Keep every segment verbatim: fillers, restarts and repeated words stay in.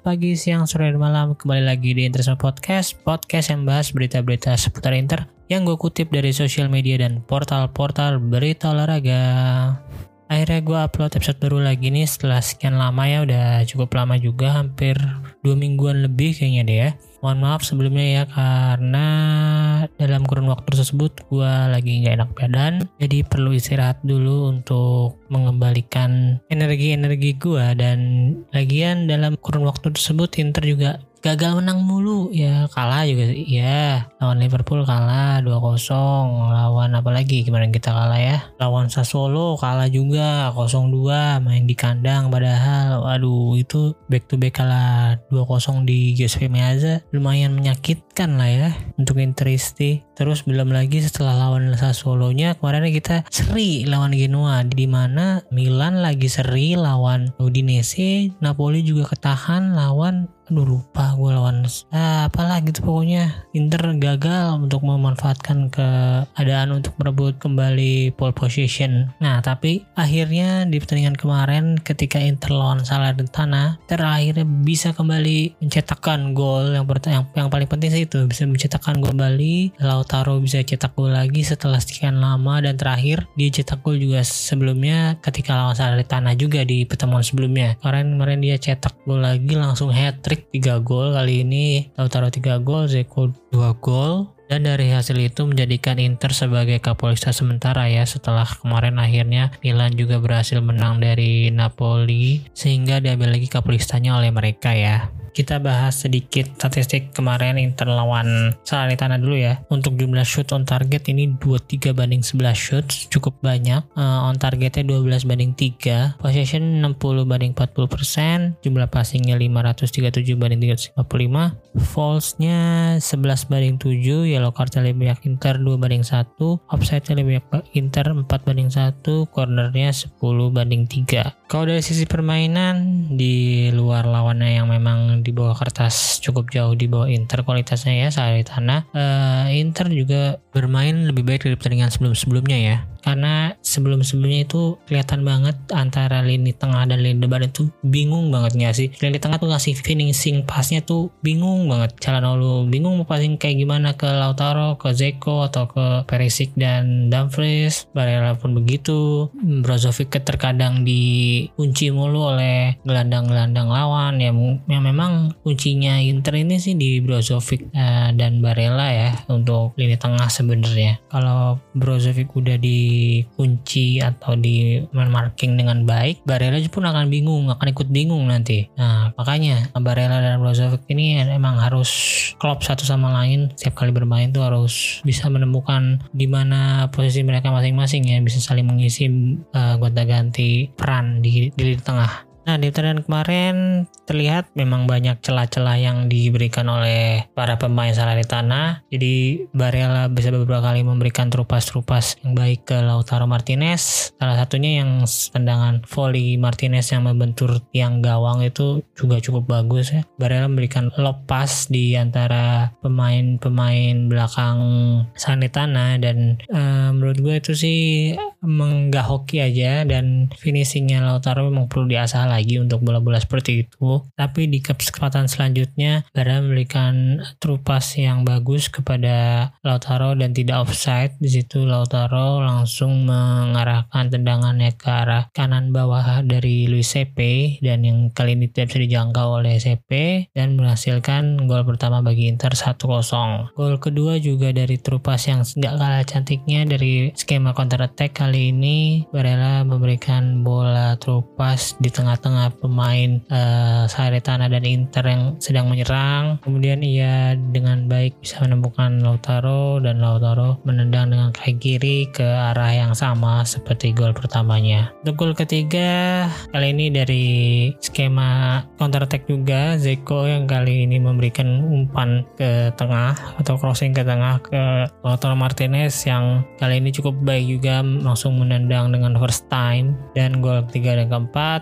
Selamat pagi, siang, sore, dan malam. Kembali lagi di Inter Podcast, podcast yang bahas berita-berita seputar Inter yang gue kutip dari sosial media dan portal-portal berita olahraga. Akhirnya gue upload episode baru lagi nih setelah sekian lama ya, udah cukup lama juga, hampir dua mingguan lebih kayaknya deh ya. Mohon maaf sebelumnya ya, karena dalam kurun waktu tersebut gue lagi gak enak badan, jadi perlu istirahat dulu untuk mengembalikan energi-energi gue. Dan lagian dalam kurun waktu tersebut Inter juga gagal menang mulu ya, kalah juga ya, lawan Liverpool kalah dua kosong, lawan apa lagi kemarin kita kalah ya, lawan Sassuolo kalah juga nol dua, main di kandang padahal waduh itu back to back kalah dua kosong di Giuseppe Meazza, lumayan menyakitkan lah ya untuk Interisti. Terus belum lagi setelah lawan Sassuolo-nya kemarin kita seri lawan Genoa, di mana Milan lagi seri lawan Udinese, Napoli juga ketahan lawan aduh lupa gue lawan ah, apalah gitu pokoknya. Inter gagal untuk memanfaatkan keadaan untuk merebut kembali pole position. Nah tapi akhirnya di pertandingan kemarin ketika Inter lawan Salernitana, Inter akhirnya bisa kembali mencetakkan gol. Yang, yang, yang paling penting sih itu bisa mencetakkan gol kembali. Lautaro bisa cetak gol lagi setelah sekian lama, dan terakhir dia cetak gol juga sebelumnya ketika lawan Salernitana juga di pertemuan sebelumnya. Kemarin kemarin dia cetak gol lagi langsung hat-trick tiga gol, kali ini Lautaro tiga gol, Dzeko dua gol. Dan dari hasil itu menjadikan Inter sebagai kapolista sementara ya, setelah kemarin akhirnya Milan juga berhasil menang dari Napoli sehingga diambil lagi kapolistanya oleh mereka ya. Kita bahas sedikit statistik kemarin Inter lawan Salernitana dulu ya. Untuk jumlah shoot on target ini dua puluh tiga banding sebelas shoot, cukup banyak. Uh, on targetnya dua belas banding tiga, possession enam puluh banding empat puluh persen, jumlah passingnya lima ratus tiga puluh tujuh banding tiga ratus lima puluh lima, fouls-nya sebelas banding tujuh, yellow card-nya lebih banyak Inter dua banding satu, offside-nya lebih banyak Inter empat banding satu, corner-nya sepuluh banding tiga. Kalau dari sisi permainan, di luar lawannya yang memang di bawah kertas cukup jauh di bawah Inter kualitasnya ya, Salernitana, uh, Inter juga bermain lebih baik dari pertandingan sebelum-sebelumnya ya. Karena sebelum-sebelumnya itu kelihatan banget antara lini tengah dan lini depan itu bingung banget gak sih. Lini tengah tuh ngasih finishing passnya tuh bingung banget. Calhanoglu bingung mau passing kayak gimana ke Lautaro, ke Dzeko, atau ke Perisic dan Dumfries. Barella pun begitu. Brozovic terkadang dikunci mulu oleh gelandang-gelandang lawan. Ya, yang memang kuncinya Inter ini sih di Brozovic uh, dan Barella ya untuk lini tengah sebenarnya. Kalau Brozovic udah di kunci atau di man marking dengan baik, Barella pun akan bingung, akan ikut bingung nanti. Nah makanya Barella dan Brozovic ini emang harus klop satu sama lain. Setiap kali bermain tuh harus bisa menemukan di mana posisi mereka masing-masing ya, bisa saling mengisi uh, gonta-ganti peran di, di lini tengah. Nah di pertandingan kemarin terlihat memang banyak celah-celah yang diberikan oleh para pemain Salernitana. Jadi Barella bisa beberapa kali memberikan terupas-terupas yang baik ke Lautaro Martinez. Salah satunya yang tendangan volley Martinez yang membentur tiang gawang itu juga cukup bagus ya. Barella memberikan lob pass di antara pemain-pemain belakang Salernitana, dan uh, menurut gue itu sih menggak hoki aja, dan finishingnya Lautaro memang perlu diasah lagi untuk bola-bola seperti itu. Tapi di kesempatan selanjutnya Barella memberikan terupas yang bagus kepada Lautaro dan tidak offside. Di situ Lautaro langsung mengarahkan tendangannya ke arah kanan bawah dari Luis Sepe, dan yang kali ini tidak bisa dijangkau oleh Sepe dan menghasilkan gol pertama bagi Inter satu kosong. Gol kedua juga dari terupas yang tidak kalah cantiknya dari skema counter attack. Kali ini Barella memberikan bola terupas di tengah-tengah pemain uh, Salernitana dan Inter yang sedang menyerang. Kemudian ia dengan baik bisa menemukan Lautaro, dan Lautaro menendang dengan kaki kiri ke arah yang sama seperti gol pertamanya. Untuk gol ketiga kali ini dari skema counter attack juga, Dzeko yang kali ini memberikan umpan ke tengah atau crossing ke tengah ke Lautaro Martinez yang kali ini cukup baik juga, langsung menendang dengan first time. Dan gol ketiga dan keempat dua-duanya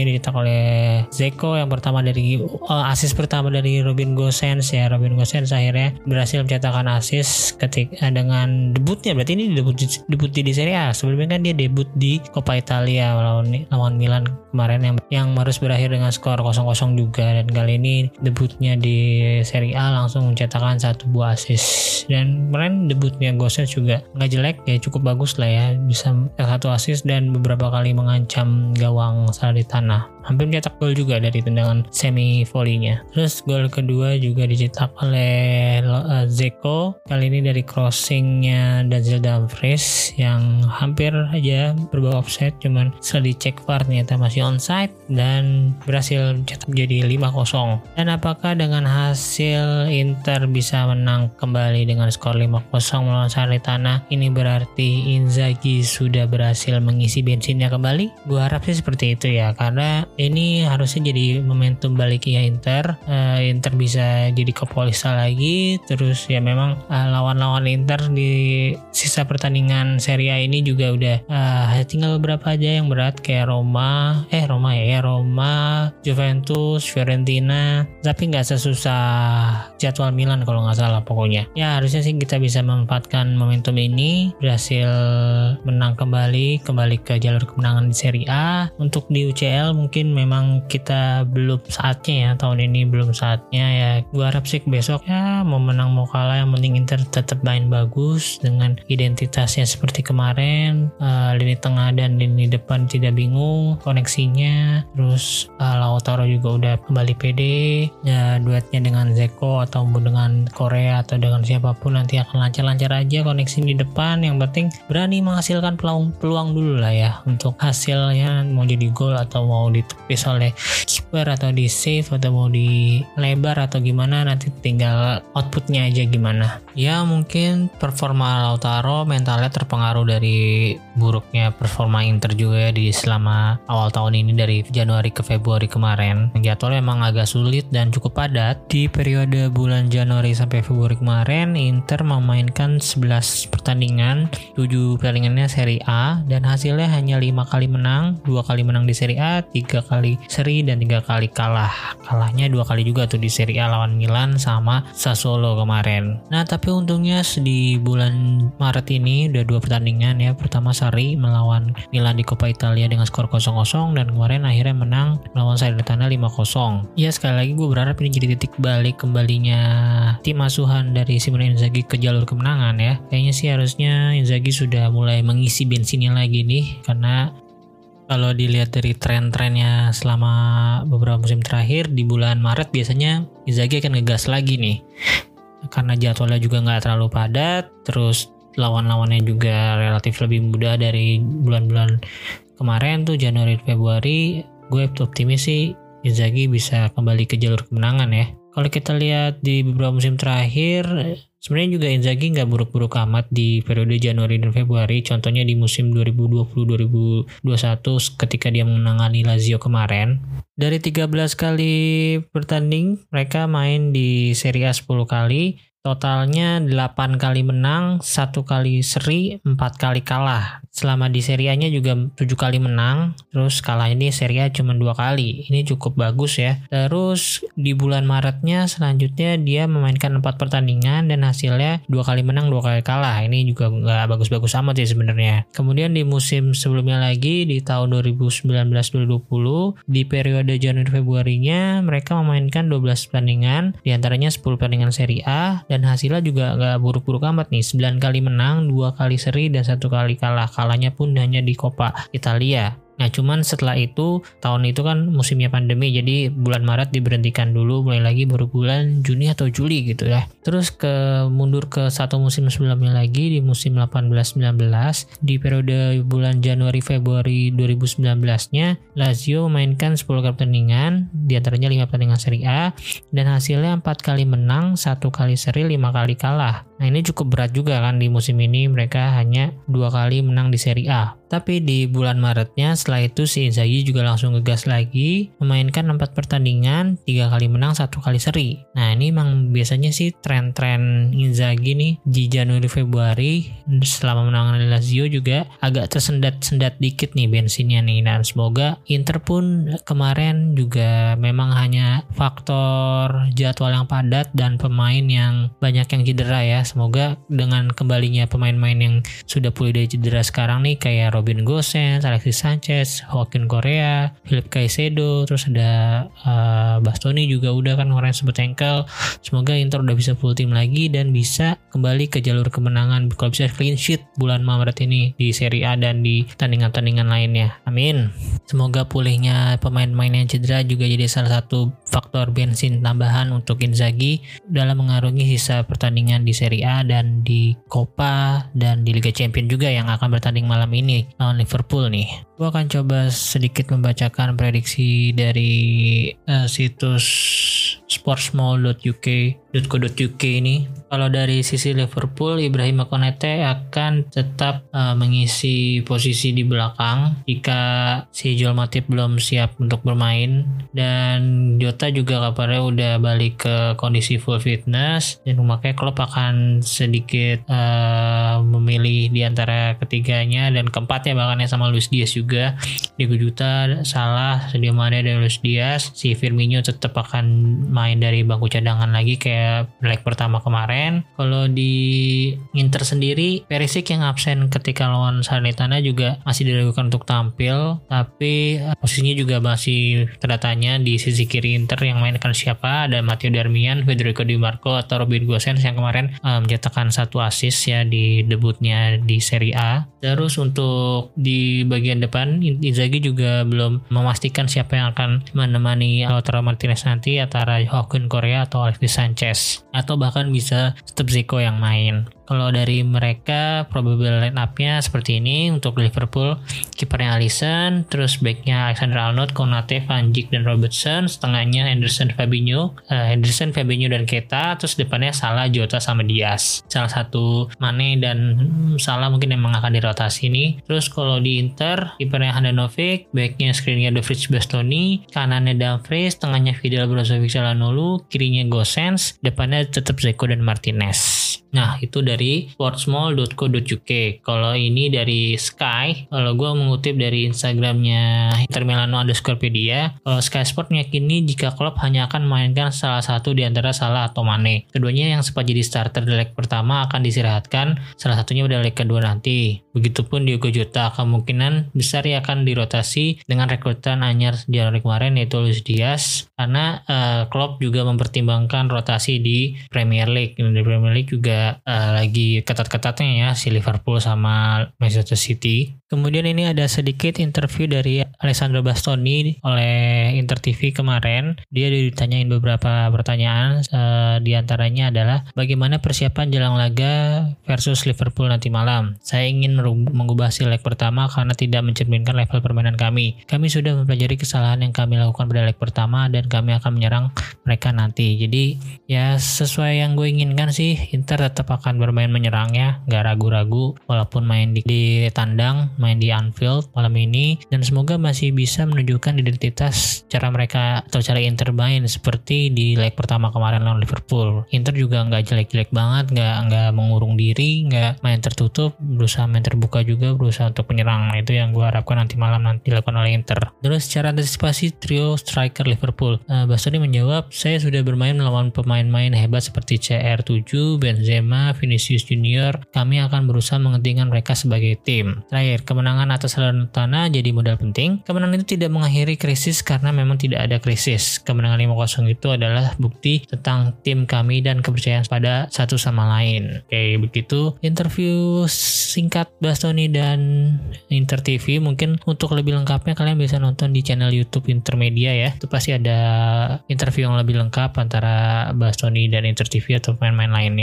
dicetak oleh Dzeko. Yang pertama dari uh, assist pertama dari Robin Gosens ya. Robin Gosens akhirnya berhasil mencetakkan assist ketika dengan debutnya. Berarti ini debut debut di Serie A. Sebelumnya kan dia debut di Coppa Italia lawan lawan Milan kemarin yang yang harus berakhir dengan skor kosong kosong juga, dan kali ini debutnya di Serie A langsung mencetakkan satu buah assist. Dan kemarin debutnya Gosens juga nggak jelek ya, cukup bagus lah ya, bisa satu assist dan beberapa kali mengancam gawang Salernitana. Hampir mencetak gol juga dari tendangan semi volley-nya. Terus gol kedua juga dicetak oleh uh, Dzeko, kali ini dari crossing-nya Denzel Dumfries yang hampir aja berbau offside, cuman setelah dicek V A R ternyata masih onside dan berhasil mencetak jadi lima kosong. Dan apakah dengan hasil Inter bisa menang kembali dengan skor lima kosong melawan Salernitana, ini berarti Inzaghi sudah berhasil mengisi bensinnya kembali? Gua harap sih seperti itu ya, karena ini harusnya jadi momentum baliknya Inter. uh, Inter bisa jadi kepolisa lagi. Terus ya memang uh, lawan-lawan Inter di sisa pertandingan Serie A ini juga udah uh, tinggal beberapa aja yang berat, kayak Roma eh Roma ya, ya Roma, Juventus, Fiorentina, tapi nggak sesusah jadwal Milan kalau nggak salah pokoknya. Ya harusnya sih kita bisa memanfaatkan momentum ini, berhasil menang kembali kembali ke jalur kemenangan di Serie A. Untuk di U C L mungkin memang kita belum saatnya ya, tahun ini belum saatnya ya. Gua harap sih besok ya mau menang mau kalah, yang penting Inter tetap main bagus dengan identitasnya seperti kemarin. uh, lini tengah dan lini depan tidak bingung koneksinya. Terus uh, Lautaro juga udah kembali pede ya, duetnya dengan Dzeko atau dengan Korea atau dengan siapapun nanti akan lancar-lancar aja koneksi di depan. Yang penting berani menghasilkan peluang, peluang dulu lah ya, untuk hasilnya mau jadi gol atau mau ditepis oleh kiper atau di save atau mau di lebar atau gimana, nanti tinggal outputnya aja gimana. Ya mungkin performa Lautaro mentalnya terpengaruh dari buruknya performa Inter juga ya di selama awal tahun ini, dari Januari ke Februari kemarin. Jadwalnya memang agak sulit dan cukup padat. Di periode bulan Januari sampai Februari kemarin, Inter memainkan sebelas pertandingan, tujuh pertandingannya Serie A, dan hasilnya hanya lima kali menang, dua kali menang di Serie A, tiga kali seri dan tiga kali kalah. Kalahnya dua kali juga tuh di Serie A lawan Milan sama Sassuolo kemarin. Nah tapi untungnya di bulan Maret ini udah dua pertandingan ya. Pertama seri melawan Milan di Coppa Italia dengan skor kosong kosong, dan kemarin akhirnya menang melawan Salernitana lima kosong. Ya sekali lagi gue berharap ini jadi titik balik kembalinya tim asuhan dari Simone Inzaghi ke jalur kemenangan ya. Kayaknya sih harusnya Inzaghi sudah mulai mengisi bensinnya lagi nih, karena kalau dilihat dari tren-trennya selama beberapa musim terakhir, di bulan Maret biasanya Inzaghi akan ngegas lagi nih, karena jadwalnya juga nggak terlalu padat, terus lawan-lawannya juga relatif lebih mudah dari bulan-bulan kemarin tuh Januari Februari. Gue optimis sih Inzaghi bisa kembali ke jalur kemenangan ya. Kalau kita lihat di beberapa musim terakhir, sebenarnya juga Inzaghi nggak buruk-buruk amat di periode Januari dan Februari. Contohnya di musim dua ribu dua puluh dua ribu dua puluh satu ketika dia menangani Lazio kemarin. Dari tiga belas kali bertanding, mereka main di Serie A sepuluh kali. Totalnya delapan kali menang, satu kali seri, empat kali kalah. Selama di Serie A-nya juga tujuh kali menang, terus kalahnya di Serie A cuma dua kali. Ini cukup bagus ya. Terus di bulan Maretnya selanjutnya dia memainkan empat pertandingan dan hasilnya dua kali menang, dua kali kalah. Ini juga nggak bagus-bagus amat sih sebenarnya. Kemudian di musim sebelumnya lagi, di tahun dua ribu sembilan belas dua ribu dua puluh, di periode Januari Februarinya mereka memainkan dua belas pertandingan, diantaranya sepuluh pertandingan Serie A, dan hasilnya juga nggak buruk-buruk amat nih. sembilan kali menang, dua kali seri, dan satu kali kalah. Kalahnya pun hanya di Coppa Italia. Nah cuman setelah itu, tahun itu kan musimnya pandemi, jadi bulan Maret diberhentikan dulu, mulai lagi baru bulan Juni atau Juli gitu ya. Terus ke mundur ke satu musim sebelumnya lagi, di musim delapan belas sembilan belas, di periode bulan Januari Februari dua ribu sembilan belas-nya Lazio memainkan sepuluh kali pertandingan, diantaranya lima pertandingan Serie A, dan hasilnya empat kali menang, satu kali seri, lima kali kalah. Nah ini cukup berat juga kan, di musim ini mereka hanya dua kali menang di Serie A. Tapi di bulan Maretnya setelah itu si Inzaghi juga langsung ngegas lagi, memainkan empat pertandingan, tiga kali menang, satu kali seri. Nah ini emang biasanya sih tren-tren Inzaghi nih di Januari Februari selama menangani Lazio juga agak tersendat-sendat dikit nih bensinnya nih. Dan semoga Inter pun kemarin juga memang hanya faktor jadwal yang padat dan pemain yang banyak yang cedera ya. Semoga dengan kembalinya pemain-pemain yang sudah pulih dari cedera sekarang nih kayak Robin Gosens, Alexis Sanchez, Joaquin Correa, Philip Caicedo, terus ada uh, Bastoni juga udah kan kemarin sempat ankle. Semoga Inter udah bisa full tim lagi dan bisa kembali ke jalur kemenangan, kalau bisa clean sheet bulan Maret ini di Serie A dan di tandingan-tandingan lainnya. Amin. Semoga pulihnya pemain-pemain yang cedera juga jadi salah satu faktor bensin tambahan untuk Inzaghi dalam mengarungi sisa pertandingan di Serie A dan di Coppa dan di Liga Champions juga yang akan bertanding malam ini lawan Liverpool nih. Gue akan coba sedikit membacakan prediksi dari uh, situs sportsmall dot u k dot co dot u k ini. Kalau dari sisi Liverpool, Ibrahima Konate akan tetap uh, mengisi posisi di belakang jika si Joel Matip belum siap untuk bermain, dan Jota juga kabarnya udah balik ke kondisi full fitness, dan makanya Klopp akan sedikit uh, memilih di antara ketiganya dan keempatnya bahkan ya sama Luis Diaz juga. Diego Jota, Salah, Sadio Mane dan Luis Diaz. Si Firmino tetap akan main dari bangku cadangan lagi kayak leg pertama kemarin. Kalau di Inter sendiri, Perisic yang absen ketika lawan Salernitana juga masih diragukan untuk tampil, tapi posisinya juga masih tanda tanya di sisi kiri Inter yang mainkan siapa. Ada Matteo Darmian, Federico Di Marco atau Robin Gosens yang kemarin um, mencetakkan satu assist ya di debutnya di Serie A. Terus untuk di bagian depan, Inzaghi juga belum memastikan siapa yang akan menemani Lautaro Martinez nanti, antara Joaquin Correa atau Alexis Sanchez, atau bahkan bisa tetap Zico yang main. Kalau dari mereka probable line up-nya seperti ini. Untuk Liverpool, kipernya Alisson, terus backnya Alexander Arnold, Konate, Van Dijk dan Robertson, setengahnya Henderson, Fabinho, uh, Henderson, Fabinho dan Keita, terus depannya Salah, Jota sama Diaz. Salah satu Mane dan hmm, Salah mungkin memang akan dirotasi nih. Terus kalau di Inter, kipernya Handanovic, backnya Skriniar, De Vrij, Bastoni, kanannya Dumfries, tengahnya Vidal, Brozovic, Çalhanoğlu, kirinya Gosens, depannya tetap Zico dan Martinez. Nah, itu dari sportsmall dot co dot u k. Kalau ini dari Sky, kalau gue mengutip dari Instagramnya Inter Milano underscore pedia, kalau Sky Sport meyakini jika Klopp hanya akan memainkan salah satu di antara Salah atau Mane. Keduanya yang sempat jadi starter di leg pertama akan disirahatkan, salah satunya pada leg kedua nanti. Begitupun Diego Jota kemungkinan besar ya akan dirotasi dengan rekrutan anyar di Januari kemarin, yaitu Luis Diaz, karena uh, Klopp juga mempertimbangkan rotasi di Premier League. Di Premier League juga uh, lagi ketat-ketatnya ya si Liverpool sama Manchester City. Kemudian ini ada sedikit interview dari Alessandro Bastoni oleh Inter T V kemarin. Dia ditanyain beberapa pertanyaan, uh, di antaranya adalah bagaimana persiapan jelang laga versus Liverpool nanti malam. Saya ingin mengubah hasil leg pertama karena tidak mencerminkan level permainan kami. Kami sudah mempelajari kesalahan yang kami lakukan pada leg pertama dan kami akan menyerang mereka nanti. Jadi ya sesuai yang gue inginkan sih, Inter tetap akan bermain menyerang ya, gak ragu-ragu walaupun main di, di tandang, main di Anfield malam ini, dan semoga masih bisa menunjukkan identitas cara mereka atau cara Inter main seperti di leg pertama kemarin lawan Liverpool. Inter juga nggak jelek-jelek banget, nggak nggak mengurung diri, nggak main tertutup, berusaha main terbuka juga, berusaha untuk menyerang. Nah, itu yang gue harapkan nanti malam nanti dilakukan oleh Inter. Terus secara antisipasi trio striker Liverpool, uh, Bastoni menjawab, saya sudah bermain melawan pemain-pemain hebat seperti C R tujuh, Benzema, Vinicius Junior. Kami akan berusaha menghentikan mereka sebagai tim. Terakhir, kemenangan atas Salernitana jadi modal penting. Kemenangan itu tidak mengakhiri krisis karena memang tidak ada krisis. Kemenangan lima kosong itu adalah bukti tentang tim kami dan kepercayaan pada satu sama lain. Oke, begitu interview singkat Bastoni dan Inter T V. Mungkin untuk lebih lengkapnya kalian bisa nonton di channel YouTube Intermedia ya. Itu pasti ada interview yang lebih lengkap antara Bastoni dan Inter T V atau pemain-pemain lainnya.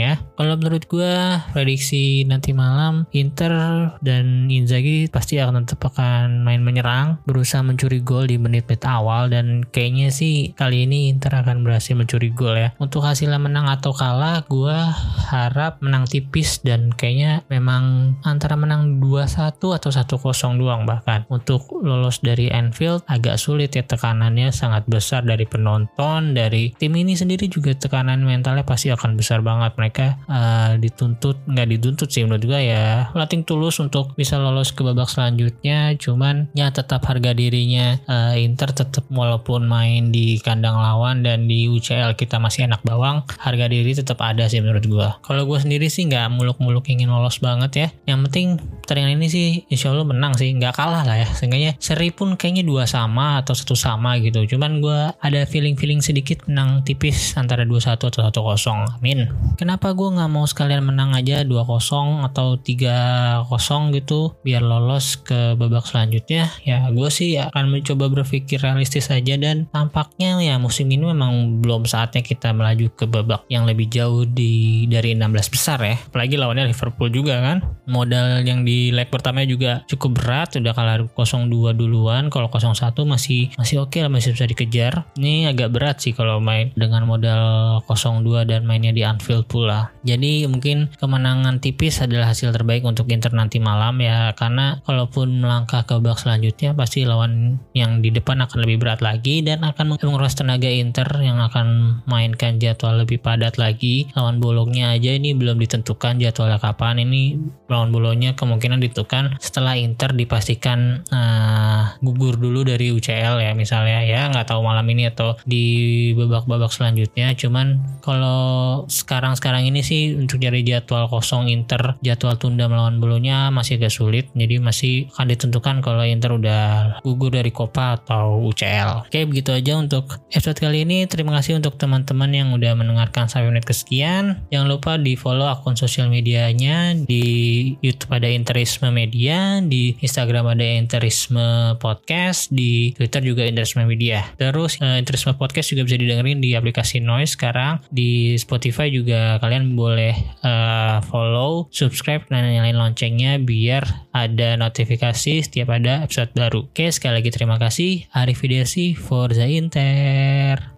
Kalau menurut gue prediksi nanti malam Inter dan Inzaghi pasti akan tetap akan main menyerang, berusaha mencuri gol di menit-menit awal, dan kayaknya sih kali ini Inter akan berhasil mencuri gol ya. Untuk hasilnya menang atau kalah, gue harap menang tipis dan kayaknya memang antara menang dua satu atau satu kosong doang. Bahkan untuk lolos dari Anfield agak sulit ya, tekanannya sangat besar dari penonton, dari tim ini sendiri juga tekanan mentalnya pasti akan besar banget. Mereka uh, dituntut, nggak dituntut sih menurut gue ya, nothing tulus untuk bisa lolos ke babak selanjutnya. Cuman ya tetap harga dirinya uh, Inter tetap, walaupun main di kandang lawan dan di U C L kita masih anak bawang, harga diri tetap ada sih menurut gue. Kalau gue sendiri sih nggak muluk-muluk ingin lolos banget ya. Yang penting pertandingan ini sih insya Allah menang sih, nggak kalah lah ya. Seenggaknya seri pun kayaknya dua sama atau satu sama gitu. Cuman gue ada feeling-feeling sedikit menang tipis antara dua satu atau satu kosong. Amin. Kenapa gue nggak mau sekalian menang aja dua kosong atau tiga kosong gitu biar lolos ke babak selanjutnya? Ya gue sih akan mencoba berpikir realistis aja, dan tampaknya ya musim ini memang belum saatnya kita melaju ke babak yang lebih jauh di dari enam belas besar ya. Apalagi lawannya Liverpool juga kan. Modal yang di leg pertama juga cukup berat, udah kalah nol dua duluan. Kalau nol satu masih masih oke lah, masih bisa dikejar. Ini agak berat sih kalau main dengan modal nol dua dan mainnya di Anfield pula. Jadi mungkin kemenangan tipis adalah hasil terbaik untuk Inter nanti malam ya, karena kalaupun melangkah ke babak selanjutnya pasti lawan yang di depan akan lebih berat lagi dan akan menguras tenaga Inter yang akan mainkan jadwal lebih padat lagi. Lawan Bologna aja ini belum ditentukan jadwalnya kapan. Ini lawan Bologna kemungkinan ditentukan setelah Inter dipastikan uh, gugur dulu dari U C L ya misalnya ya, nggak tahu malam ini atau di babak-babak selanjutnya. Cuman kalau sekarang-sekarang ini sih untuk cari jadwal kosong Inter, jadwal tunda melawan Bologna masih agak sulit. Jadi masih akan ditentukan kalau Inter udah gugur dari Copa atau U C L. Oke, begitu aja untuk episode kali ini. Terima kasih untuk teman-teman yang udah mendengarkan sampai menit kesekian. Jangan lupa di follow akun sosial medianya. Di YouTube ada Interisme Media, di Instagram ada Interisme Podcast, di Twitter juga Interisme Media. Terus uh, Interisme Podcast juga bisa didengerin di aplikasi Noise sekarang. Di Spotify juga kalian boleh uh, follow, subscribe, dan nyalain loncengnya biar ada notifikasi setiap ada episode baru. Oke, sekali lagi terima kasih. Arrivederci, Forza Inter.